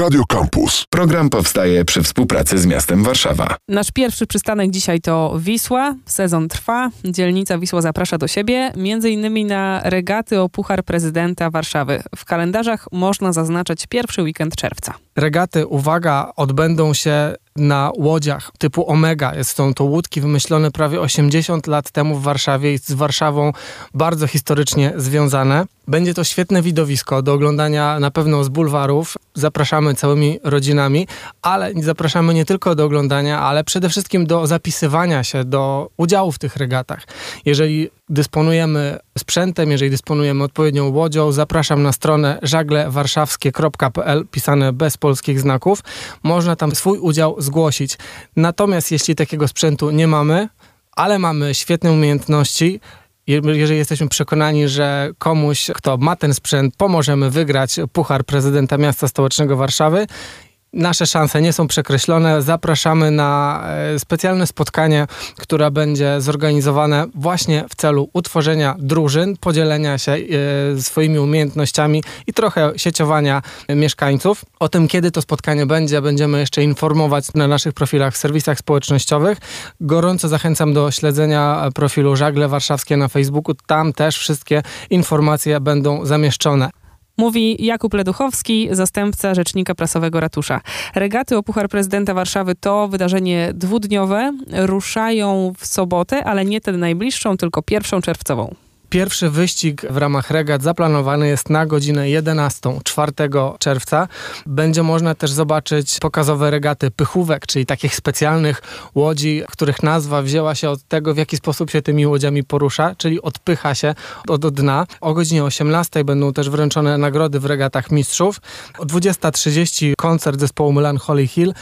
Radio Campus. Program powstaje przy współpracy z miastem Warszawa. Nasz pierwszy przystanek dzisiaj to Wisła. Sezon trwa. Dzielnica Wisła zaprasza do siebie, między innymi na regaty o Puchar Prezydenta Warszawy. W kalendarzach można zaznaczać pierwszy weekend czerwca. Regaty, uwaga, odbędą się na łodziach typu Omega. Są to łódki wymyślone prawie 80 lat temu w Warszawie i z Warszawą bardzo historycznie związane. Będzie to świetne widowisko do oglądania na pewno z bulwarów. Zapraszamy całymi rodzinami, ale zapraszamy nie tylko do oglądania, ale przede wszystkim do zapisywania się, do udziału w tych regatach. Jeżeli dysponujemy sprzętem, jeżeli dysponujemy odpowiednią łodzią, zapraszam na stronę żaglewarszawskie.pl, pisane bez polskich znaków. Można tam swój udział zgłosić. Natomiast jeśli takiego sprzętu nie mamy, ale mamy świetne umiejętności, jeżeli jesteśmy przekonani, że komuś, kto ma ten sprzęt, pomożemy wygrać Puchar Prezydenta Miasta Stołecznego Warszawy, nasze szanse nie są przekreślone. Zapraszamy na specjalne spotkanie, które będzie zorganizowane właśnie w celu utworzenia drużyn, podzielenia się swoimi umiejętnościami i trochę sieciowania mieszkańców. O tym, kiedy to spotkanie będzie, będziemy jeszcze informować na naszych profilach w serwisach społecznościowych. Gorąco zachęcam do śledzenia profilu Żagle Warszawskie na Facebooku. Tam też wszystkie informacje będą zamieszczone. Mówi Jakub Leduchowski, zastępca rzecznika prasowego ratusza. Regaty o Puchar Prezydenta Warszawy to wydarzenie dwudniowe. Ruszają w sobotę, ale nie tę najbliższą, tylko 1 czerwcową. Pierwszy wyścig w ramach regat zaplanowany jest na godzinę 11, 4 czerwca. Będzie można też zobaczyć pokazowe regaty pychówek, czyli takich specjalnych łodzi, których nazwa wzięła się od tego, w jaki sposób się tymi łodziami porusza, czyli odpycha się od dna. O godzinie 18 będą też wręczone nagrody w regatach mistrzów. O 20:30 koncert zespołu Melancholy Hill.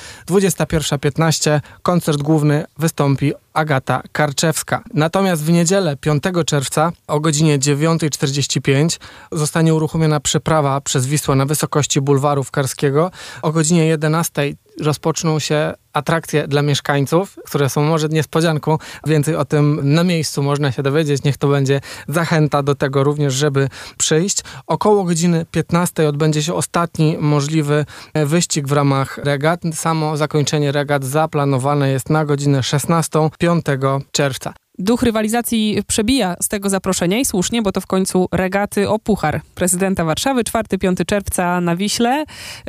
21:15 koncert główny wystąpi Agata Karczewska. Natomiast w niedzielę 5 czerwca o godzinie 9:45 zostanie uruchomiona przeprawa przez Wisłę na wysokości bulwaru Karskiego. O godzinie 11 rozpoczną się atrakcje dla mieszkańców, które są może niespodzianką. Więcej o tym na miejscu można się dowiedzieć. Niech to będzie zachęta do tego również, żeby przyjść. Około godziny 15 odbędzie się ostatni możliwy wyścig w ramach regat. Samo zakończenie regat zaplanowane jest na godzinę 16, 5 czerwca. Duch rywalizacji przebija z tego zaproszenia i słusznie, bo to w końcu regaty o Puchar Prezydenta Warszawy, 4-5 czerwca na Wiśle.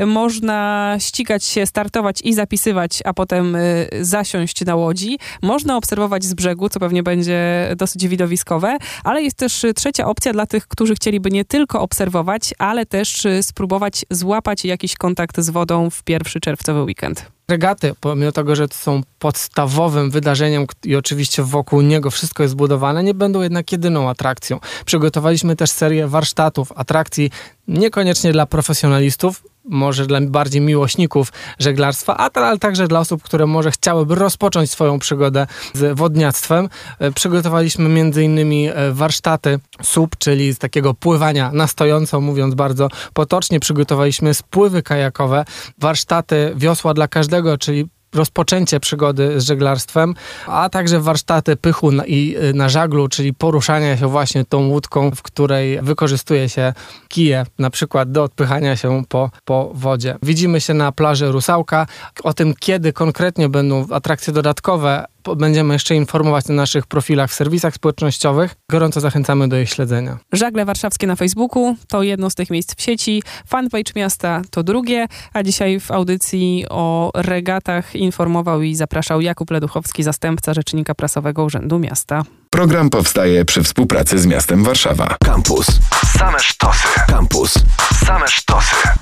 Można ścigać się, startować i zapisywać, a potem zasiąść na łodzi. Można obserwować z brzegu, co pewnie będzie dosyć widowiskowe, ale jest też trzecia opcja dla tych, którzy chcieliby nie tylko obserwować, ale też spróbować złapać jakiś kontakt z wodą w 1 czerwcowy weekend. Regaty, pomimo tego, że są podstawowym wydarzeniem i oczywiście wokół niego wszystko jest zbudowane, nie będą jednak jedyną atrakcją. Przygotowaliśmy też serię warsztatów, atrakcji niekoniecznie dla profesjonalistów, może dla bardziej miłośników żeglarstwa, ale także dla osób, które może chciałyby rozpocząć swoją przygodę z wodniactwem. Przygotowaliśmy m.in. warsztaty SUP, czyli z takiego pływania na stojąco, mówiąc bardzo potocznie. Przygotowaliśmy spływy kajakowe, warsztaty wiosła dla każdego, czyli rozpoczęcie przygody z żeglarstwem, a także warsztaty pychu na żaglu, czyli poruszania się właśnie tą łódką, w której wykorzystuje się kije, na przykład do odpychania się po wodzie. Widzimy się na plaży Rusałka. O tym, kiedy konkretnie będą atrakcje dodatkowe, będziemy jeszcze informować na naszych profilach w serwisach społecznościowych. Gorąco zachęcamy do ich śledzenia. Żagle Warszawskie na Facebooku to jedno z tych miejsc w sieci. Fanpage miasta to drugie, a dzisiaj w audycji o regatach informował i zapraszał Jakub Leduchowski, zastępca rzecznika prasowego Urzędu Miasta. Program powstaje przy współpracy z miastem Warszawa. Campus. Same sztosy. Campus. Same sztosy.